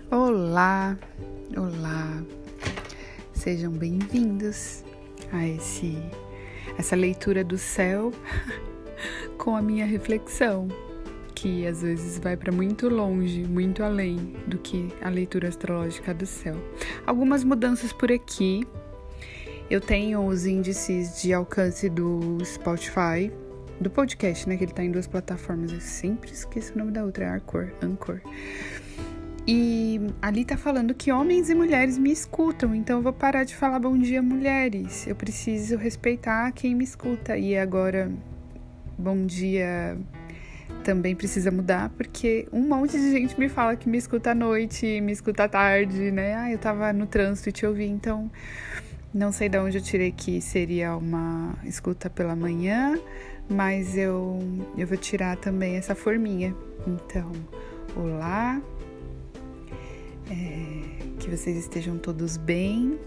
Olá, olá, sejam bem-vindos a essa leitura do céu com a minha reflexão, que às vezes vai para muito longe, muito além do que a leitura astrológica do céu. Algumas mudanças por aqui. Eu tenho os índices de alcance do Spotify, do podcast, né, que ele tá em 2 plataformas, eu sempre esqueço o nome da outra, é Anchor. E ali tá falando que homens e mulheres me escutam, então eu vou parar de falar bom dia, mulheres. Eu preciso respeitar quem me escuta. E agora, bom dia também precisa mudar, porque um monte de gente me fala que me escuta à noite, me escuta à tarde, né? Eu tava no trânsito e te ouvi, então não sei de onde eu tirei que seria uma escuta pela manhã, mas eu vou tirar também essa forminha. Então, olá. Que vocês estejam todos bem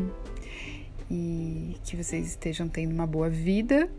e que vocês estejam tendo uma boa vida.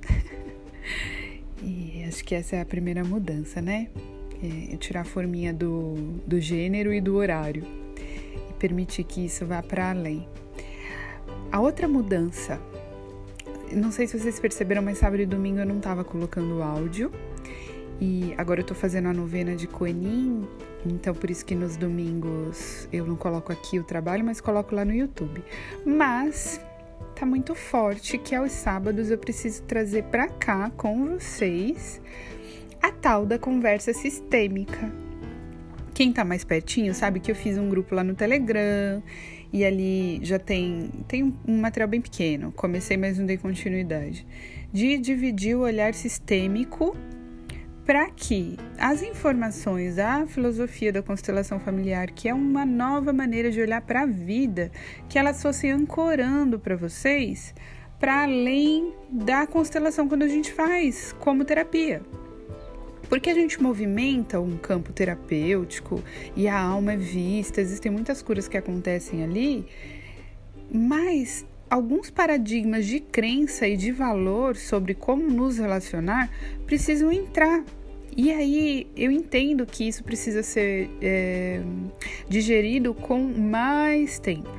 E acho que essa é a primeira mudança, né? É tirar a forminha do gênero e do horário e permitir que isso vá para além. A outra mudança, não sei se vocês perceberam, mas sábado e domingo eu não estava colocando áudio. E agora eu tô fazendo a novena de Coenin, então por isso que nos domingos eu não coloco aqui o trabalho, mas coloco lá no YouTube. Mas tá muito forte que aos sábados eu preciso trazer pra cá com vocês a tal da conversa sistêmica. Quem tá mais pertinho sabe que eu fiz um grupo lá no Telegram e ali já tem um material bem pequeno, comecei, mas não dei continuidade, de dividir o olhar sistêmico para que as informações da filosofia da constelação familiar, que é uma nova maneira de olhar para a vida, que elas fossem ancorando para vocês, para além da constelação quando a gente faz como terapia. Porque a gente movimenta um campo terapêutico e a alma é vista, existem muitas curas que acontecem ali, mas alguns paradigmas de crença e de valor sobre como nos relacionar precisam entrar. E aí eu entendo que isso precisa ser digerido com mais tempo.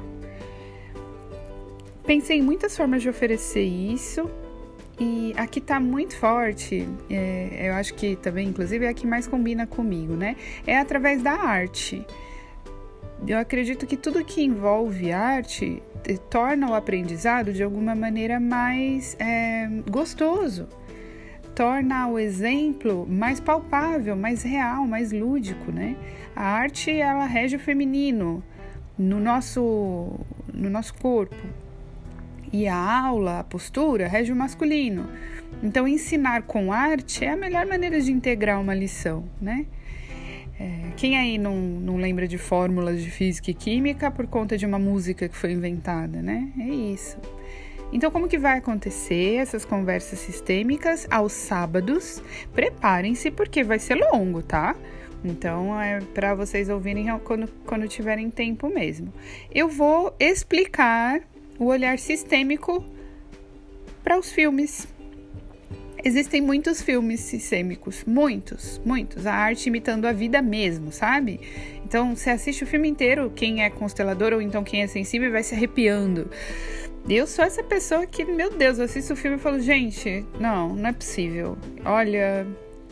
Pensei em muitas formas de oferecer isso e a que está muito forte, eu acho que também, inclusive, é a que mais combina comigo, né? É através da arte. Eu acredito que tudo que envolve arte torna o aprendizado de alguma maneira mais gostoso, torna o exemplo mais palpável, mais real, mais lúdico, né? A arte, ela rege o feminino no nosso corpo e a aula, a postura, rege o masculino. Então, ensinar com arte é a melhor maneira de integrar uma lição, né? Quem aí não lembra de fórmulas de física e química por conta de uma música que foi inventada, né? É isso. Então, como que vai acontecer essas conversas sistêmicas aos sábados? Preparem-se porque vai ser longo, tá? Então, é para vocês ouvirem quando tiverem tempo mesmo. Eu vou explicar o olhar sistêmico para os filmes. Existem muitos filmes sistêmicos, muitos. A arte imitando a vida mesmo, sabe? Então, você assiste o filme inteiro, quem é constelador ou então quem é sensível vai se arrepiando. Eu sou essa pessoa que, meu Deus, eu assisto o filme e falo, gente, não é possível. Olha...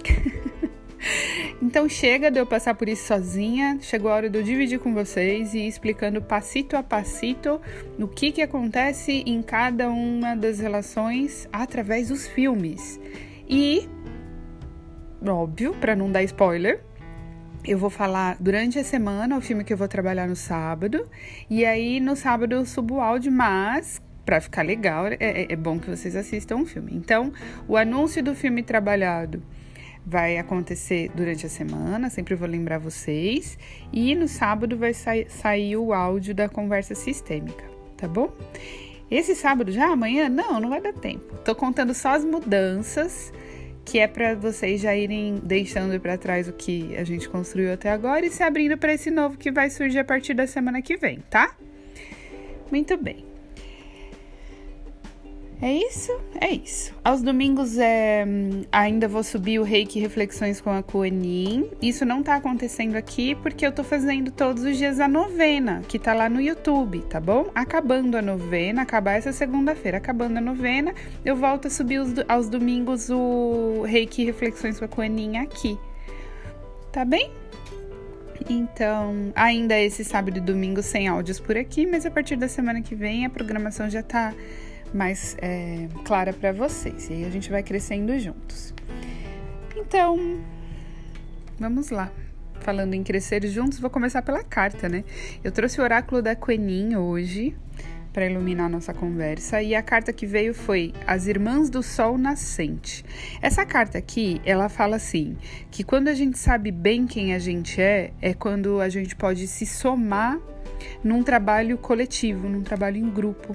Então chega de eu passar por isso sozinha, chegou a hora de eu dividir com vocês e ir explicando passito a passito o que acontece em cada uma das relações através dos filmes. E, óbvio, para não dar spoiler, eu vou falar durante a semana o filme que eu vou trabalhar no sábado, e aí no sábado eu subo o áudio, mas para ficar legal é bom que vocês assistam o filme. Então, o anúncio do filme trabalhado vai acontecer durante a semana, sempre vou lembrar vocês, e no sábado vai sair o áudio da conversa sistêmica, tá bom? Esse sábado já, amanhã? Não vai dar tempo. Tô contando só as mudanças, que é para vocês já irem deixando para trás o que a gente construiu até agora e se abrindo para esse novo que vai surgir a partir da semana que vem, tá? Muito bem. É isso? É isso. Aos domingos ainda vou subir o Reiki Reflexões com a Kuan-Yin. Isso não tá acontecendo aqui porque eu tô fazendo todos os dias a novena, que tá lá no YouTube, tá bom? Acabando a novena, acabar essa segunda-feira, acabando a novena, eu volto a subir aos domingos o Reiki Reflexões com a Kuan-Yin aqui. Tá bem? Então, ainda esse sábado e domingo sem áudios por aqui, mas a partir da semana que vem a programação já tá mais clara para vocês. E aí a gente vai crescendo juntos. Então, vamos lá. Falando em crescer juntos, vou começar pela carta, né? Eu trouxe o oráculo da Kuan-Yin hoje para iluminar a nossa conversa, e a carta que veio foi As Irmãs do Sol Nascente. Essa carta aqui, ela fala assim, que quando a gente sabe bem quem a gente é quando a gente pode se somar num trabalho coletivo, num trabalho em grupo.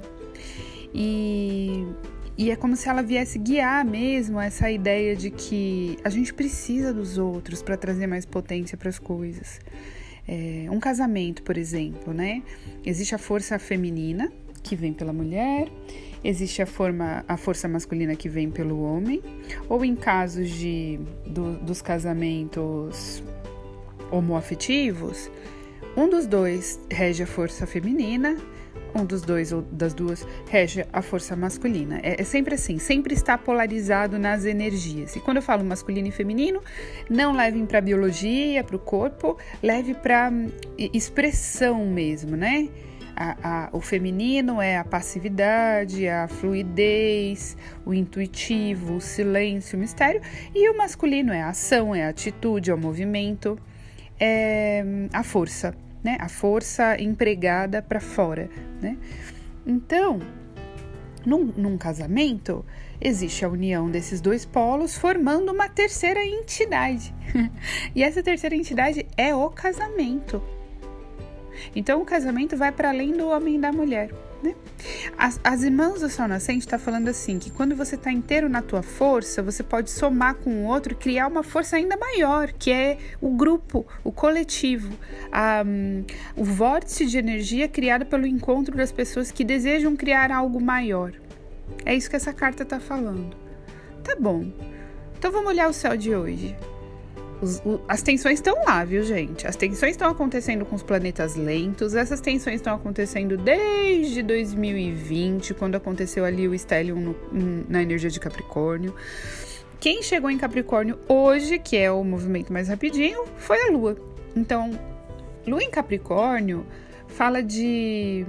E é como se ela viesse guiar mesmo essa ideia de que a gente precisa dos outros para trazer mais potência para as coisas. Um casamento, por exemplo, né? Existe a força feminina, que vem pela mulher, existe a força masculina que vem pelo homem, ou em casos dos casamentos homoafetivos, um dos dois rege a força feminina, um dos dois ou das duas rege a força masculina. É sempre assim, sempre está polarizado nas energias. E quando eu falo masculino e feminino, não levem para a biologia, para o corpo, leve para expressão mesmo, né? O feminino é a passividade, a fluidez, o intuitivo, o silêncio, o mistério. E o masculino é a ação, é a atitude, é o movimento, é a força. Né? A força empregada para fora, né? Então, num casamento, existe a união desses dois polos formando uma terceira entidade. E essa terceira entidade é o casamento. Então, o casamento vai para além do homem e da mulher, né? As Irmãs do Sol Nascente está falando assim, que quando você está inteiro na tua força, você pode somar com o outro e criar uma força ainda maior, que é o grupo, o coletivo, o vórtice de energia criado pelo encontro das pessoas que desejam criar algo maior. É isso que essa carta está falando. Tá bom, então vamos olhar o céu de hoje. As tensões estão lá, viu, gente? As tensões estão acontecendo com os planetas lentos. Essas tensões estão acontecendo desde 2020, quando aconteceu ali o stellium na energia de Capricórnio. Quem chegou em Capricórnio hoje, que é o movimento mais rapidinho, foi a Lua. Então, Lua em Capricórnio fala de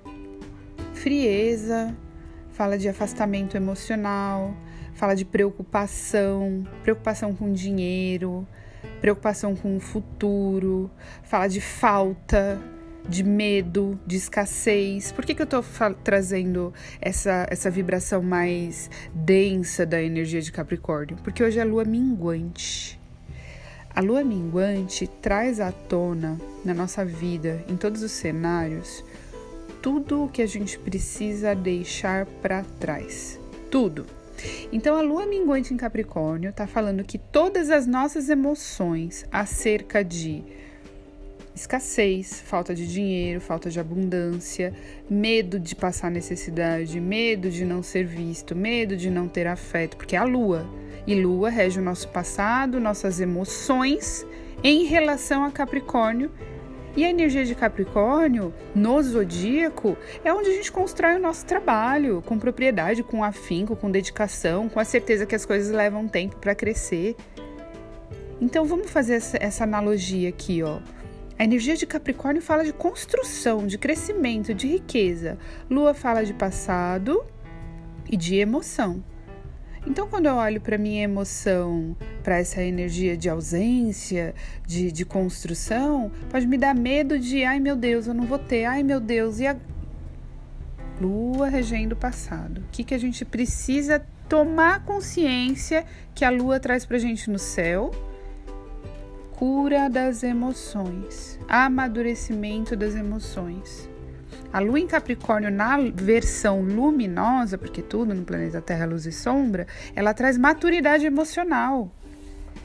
frieza, fala de afastamento emocional, fala de preocupação com dinheiro, preocupação com o futuro, fala de falta, de medo, de escassez. Por que eu estou trazendo essa vibração mais densa da energia de Capricórnio? Porque hoje é a lua minguante. A lua minguante traz à tona, na nossa vida, em todos os cenários, tudo o que a gente precisa deixar para trás. Tudo. Então, a lua minguante em Capricórnio está falando que todas as nossas emoções acerca de escassez, falta de dinheiro, falta de abundância, medo de passar necessidade, medo de não ser visto, medo de não ter afeto, porque é a lua. E lua rege o nosso passado, nossas emoções em relação a Capricórnio. E a energia de Capricórnio, no zodíaco, é onde a gente constrói o nosso trabalho, com propriedade, com afinco, com dedicação, com a certeza que as coisas levam tempo para crescer. Então, vamos fazer essa analogia aqui, ó. A energia de Capricórnio fala de construção, de crescimento, de riqueza. Lua fala de passado e de emoção. Então, quando eu olho para minha emoção, para essa energia de ausência, de construção, pode me dar medo de, ai meu Deus, eu não vou ter, ai meu Deus, e a Lua regendo o passado. O que a gente precisa tomar consciência que a Lua traz pra gente no céu? Cura das emoções, amadurecimento das emoções. A Lua em Capricórnio, na versão luminosa, porque tudo no planeta Terra é luz e sombra, ela traz maturidade emocional.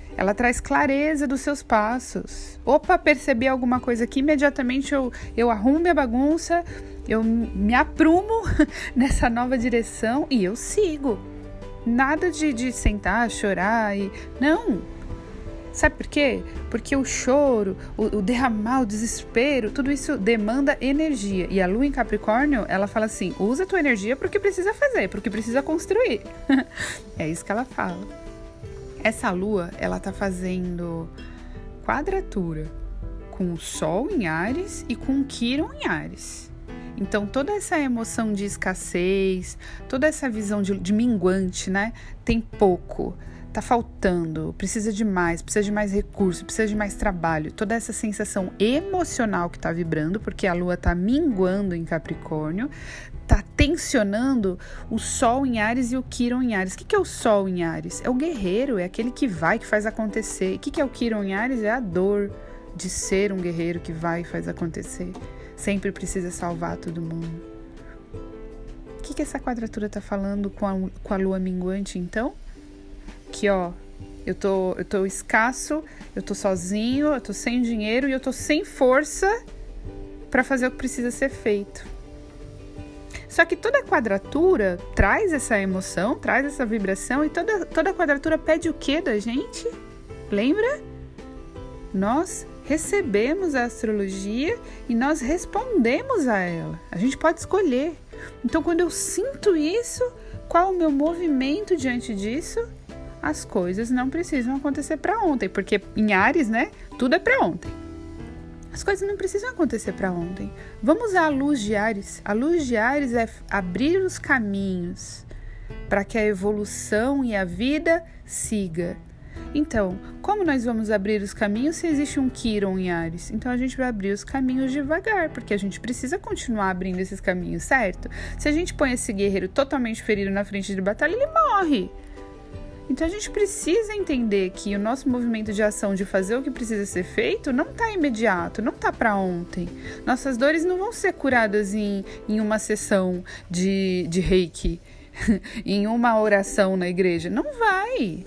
Ela traz clareza dos seus passos. Opa, percebi alguma coisa aqui, imediatamente eu arrumo minha bagunça, eu me aprumo nessa nova direção e eu sigo. Nada de sentar, chorar e... Não! Sabe por quê? Porque o choro, o derramar, o desespero, tudo isso demanda energia. E a lua em Capricórnio, ela fala assim, usa a tua energia para o que precisa fazer, para o que precisa construir. É isso que ela fala. Essa lua, ela tá fazendo quadratura com o Sol em Áries e com o Quirón em Áries. Então, toda essa emoção de escassez, toda essa visão de minguante, né? Tem pouco, tá faltando, precisa de mais recurso, precisa de mais trabalho. Toda essa sensação emocional que tá vibrando, porque a lua tá minguando em Capricórnio, tá tensionando o Sol em Áries e o Quirón em Áries. O que é o Sol em Áries? É o guerreiro, é aquele que vai, que faz acontecer. O que é o Quirón em Áries? É a dor de ser um guerreiro que vai e faz acontecer. Sempre precisa salvar todo mundo. O que essa quadratura tá falando com a lua minguante, então? Que, ó, eu tô escasso, eu tô sozinho, eu tô sem dinheiro e eu tô sem força para fazer o que precisa ser feito. Só que toda quadratura traz essa emoção, traz essa vibração e toda quadratura pede o que da gente? Lembra? Nós recebemos a astrologia e nós respondemos a ela. A gente pode escolher. Então, quando eu sinto isso, qual o meu movimento diante disso? As coisas não precisam acontecer para ontem, porque em Áries, né? Tudo é para ontem. As coisas não precisam acontecer para ontem. Vamos usar a luz de Áries. A luz de Áries é abrir os caminhos para que a evolução e a vida siga. Então, como nós vamos abrir os caminhos se existe um Quirón em Áries? Então, a gente vai abrir os caminhos devagar, porque a gente precisa continuar abrindo esses caminhos, certo? Se a gente põe esse guerreiro totalmente ferido na frente de batalha, ele morre. Então, a gente precisa entender que o nosso movimento de ação de fazer o que precisa ser feito não está imediato, não está para ontem. Nossas dores não vão ser curadas em uma sessão de reiki, em uma oração na igreja. Não vai.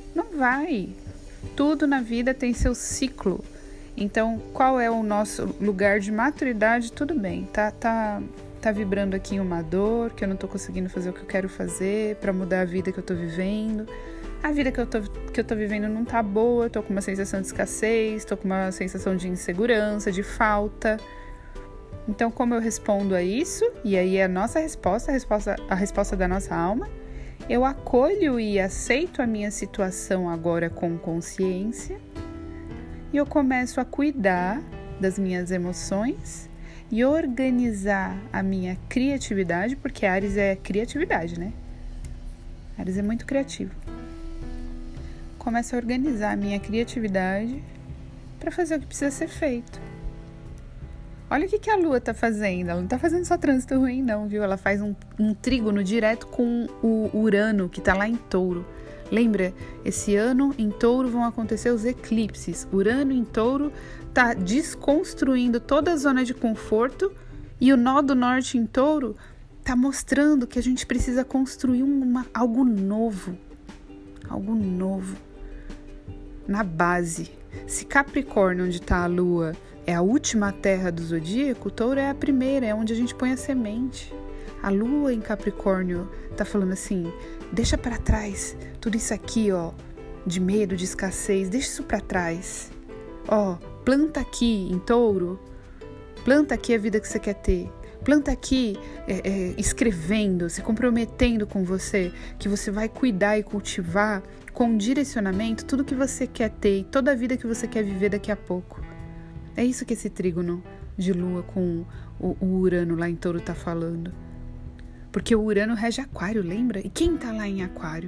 Tudo na vida tem seu ciclo. Então, qual é o nosso lugar de maturidade? Tudo bem, tá vibrando aqui uma dor, que eu não tô conseguindo fazer o que eu quero fazer para mudar a vida que eu tô vivendo. A vida que eu tô vivendo não tá boa, eu tô com uma sensação de escassez, tô com uma sensação de insegurança, de falta. Então, como eu respondo a isso? E aí é a nossa resposta, a resposta da nossa alma. Eu acolho e aceito a minha situação agora com consciência e eu começo a cuidar das minhas emoções e organizar a minha criatividade, porque Áries é criatividade, né? Áries é muito criativo. Começo a organizar a minha criatividade para fazer o que precisa ser feito. Olha o que a Lua tá fazendo. Ela não tá fazendo só trânsito ruim, não, viu? Ela faz um trígono direto com o Urano, que tá lá em Touro. Lembra? Esse ano em Touro vão acontecer os eclipses. Urano em Touro tá desconstruindo toda a zona de conforto e o nó do norte em Touro tá mostrando que a gente precisa construir algo novo. Algo novo. Na base. Se Capricórnio, onde tá a Lua, é a última terra do zodíaco, Touro é a primeira, é onde a gente põe a semente. A Lua em Capricórnio tá falando assim, deixa para trás tudo isso aqui, ó, de medo, de escassez, deixa isso para trás. Ó, planta aqui em Touro, planta aqui a vida que você quer ter. Planta aqui escrevendo, se comprometendo com você, que você vai cuidar e cultivar com direcionamento tudo que você quer ter e toda a vida que você quer viver daqui a pouco. É isso que esse trígono de Lua com o Urano lá em Touro tá falando. Porque o Urano rege Aquário, lembra? E quem tá lá em Aquário?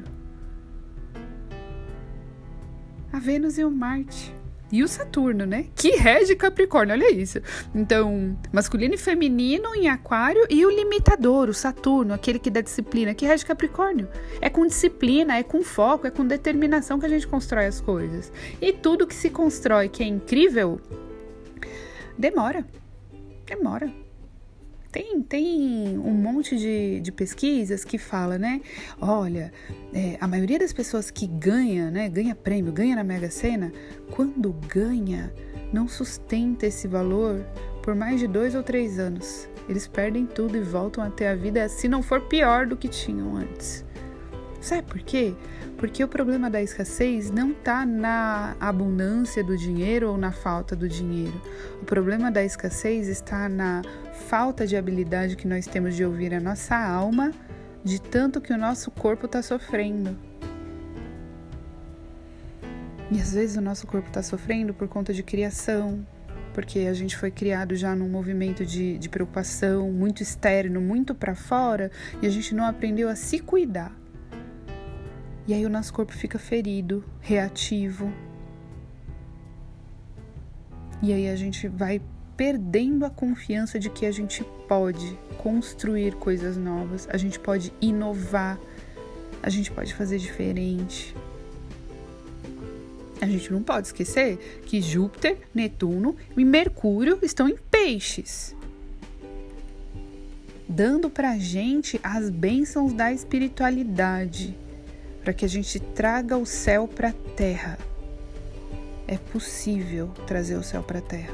A Vênus e o Marte. E o Saturno, né? Que rege Capricórnio, olha isso. Então, masculino e feminino em Aquário e o limitador, o Saturno, aquele que dá disciplina, que rege Capricórnio. É com disciplina, é com foco, é com determinação que a gente constrói as coisas. E tudo que se constrói, que é incrível, demora. Tem um monte de pesquisas que fala, né? Olha, a maioria das pessoas que ganha, né? Ganha prêmio, ganha na Mega Sena, quando ganha, não sustenta esse valor por mais de 2 ou 3 anos. Eles perdem tudo e voltam a ter a vida, se não for pior do que tinham antes. Sabe por quê? Porque o problema da escassez não está na abundância do dinheiro ou na falta do dinheiro. O problema da escassez está na falta de habilidade que nós temos de ouvir a nossa alma, de tanto que o nosso corpo está sofrendo. E às vezes o nosso corpo está sofrendo por conta de criação, porque a gente foi criado já num movimento de preocupação muito externo, muito para fora, e a gente não aprendeu a se cuidar. E aí o nosso corpo fica ferido, reativo. E aí a gente vai perdendo a confiança de que a gente pode construir coisas novas, a gente pode inovar, a gente pode fazer diferente. A gente não pode esquecer que Júpiter, Netuno e Mercúrio estão em Peixes, dando pra gente as bênçãos da espiritualidade, para que a gente traga o céu para a terra. É possível trazer o céu para a terra.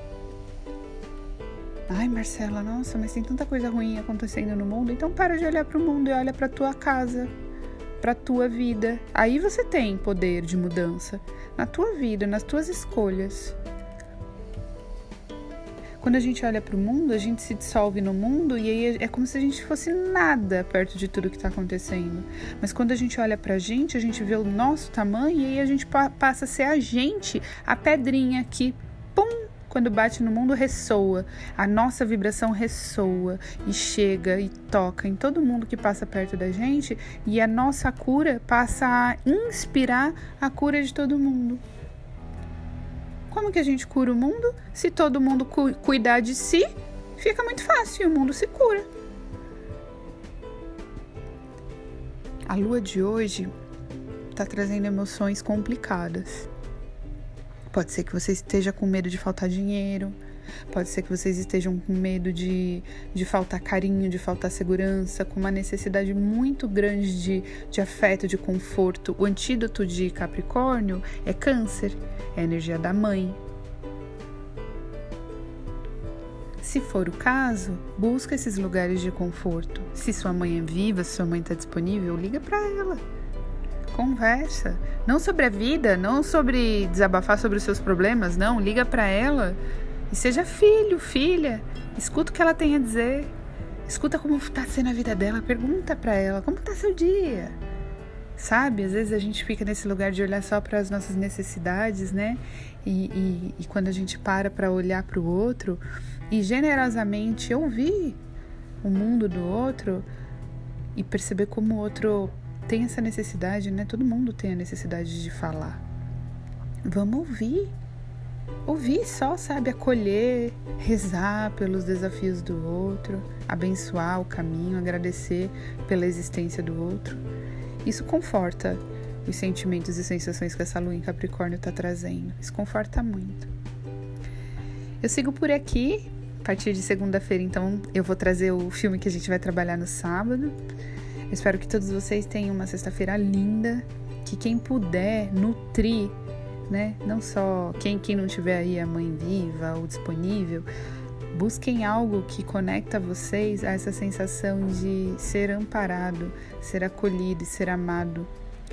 Ai, Marcela, nossa, mas tem tanta coisa ruim acontecendo no mundo, então para de olhar para o mundo e olha para a tua casa, para a tua vida. Aí você tem poder de mudança na tua vida, nas tuas escolhas. Quando a gente olha para o mundo, a gente se dissolve no mundo e aí é como se a gente fosse nada perto de tudo que está acontecendo. Mas quando a gente olha para a gente vê o nosso tamanho e aí a gente passa a ser a gente, a pedrinha que, pum, quando bate no mundo ressoa. A nossa vibração ressoa e chega e toca em todo mundo que passa perto da gente e a nossa cura passa a inspirar a cura de todo mundo. Como que a gente cura o mundo? Se todo mundo cuidar de si, fica muito fácil e o mundo se cura. A lua de hoje está trazendo emoções complicadas. Pode ser que você esteja com medo de faltar dinheiro, pode ser que vocês estejam com medo de faltar carinho, de faltar segurança, com uma necessidade muito grande de afeto, de conforto. O antídoto de Capricórnio é Câncer, é a energia da mãe. Se for o caso, busca esses lugares de conforto. Se sua mãe é viva, se sua mãe está disponível, liga para ela. Conversa. Não sobre a vida, não sobre desabafar sobre os seus problemas, não. Liga para ela e seja filho, filha. Escuta o que ela tem a dizer. Escuta como está sendo a vida dela. Pergunta para ela, como está seu dia? Sabe, às vezes a gente fica nesse lugar de olhar só para as nossas necessidades, né? E quando a gente para olhar para o outro e generosamente ouvir o mundo do outro e perceber como o outro tem essa necessidade, né? Todo mundo tem a necessidade de falar. Vamos ouvir. Ouvir só, sabe? Acolher, rezar pelos desafios do outro, abençoar o caminho, agradecer pela existência do outro. Isso conforta os sentimentos e sensações que essa lua em Capricórnio está trazendo. Isso conforta muito. Eu sigo por aqui. A partir de segunda-feira, então, eu vou trazer o filme que a gente vai trabalhar no sábado. Eu espero que todos vocês tenham uma sexta-feira linda. Que quem puder nutrir, né? Não só quem não tiver aí a mãe viva ou disponível, busquem algo que conecta vocês a essa sensação de ser amparado, ser acolhido e ser amado,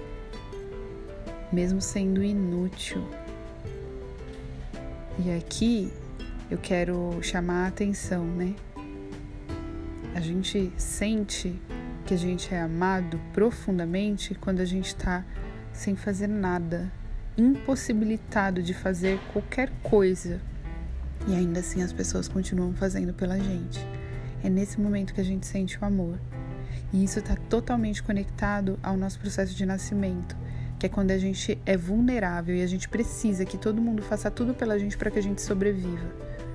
mesmo sendo inútil. E aqui eu quero chamar a atenção, né? A gente sente que a gente é amado profundamente quando a gente está sem fazer nada, impossibilitado de fazer qualquer coisa. E ainda assim as pessoas continuam fazendo pela gente. É nesse momento que a gente sente o amor. E isso está totalmente conectado ao nosso processo de nascimento, que é quando a gente é vulnerável e a gente precisa que todo mundo faça tudo pela gente para que a gente sobreviva.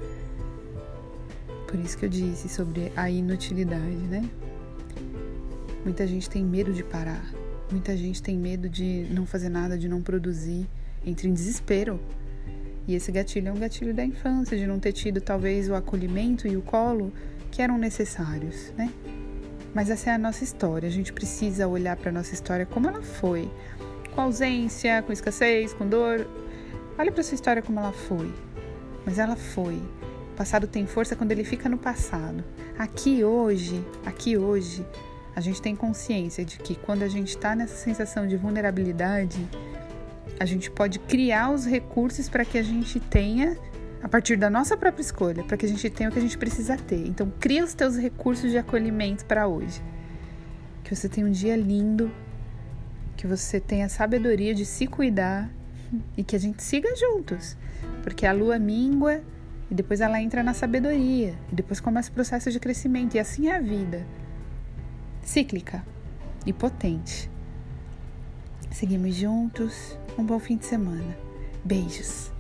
Por isso que eu disse sobre a inutilidade, né? Muita gente tem medo de parar. Muita gente tem medo de não fazer nada, de não produzir. Entra em desespero. E esse gatilho é um gatilho da infância, de não ter tido talvez o acolhimento e o colo que eram necessários, né? Mas essa é a nossa história, a gente precisa olhar para a nossa história como ela foi, com ausência, com escassez, com dor. Olha para sua história como ela foi, mas ela foi. O passado tem força quando ele fica no passado. Aqui hoje, a gente tem consciência de que quando a gente está nessa sensação de vulnerabilidade, a gente pode criar os recursos para que a gente tenha, a partir da nossa própria escolha, para que a gente tenha o que a gente precisa ter. Então, cria os teus recursos de acolhimento para hoje. Que você tenha um dia lindo, que você tenha a sabedoria de se cuidar e que a gente siga juntos. Porque a lua mingua e depois ela entra na sabedoria e depois começa o processo de crescimento. E assim é a vida. Cíclica e potente. Seguimos juntos. Um bom fim de semana. Beijos.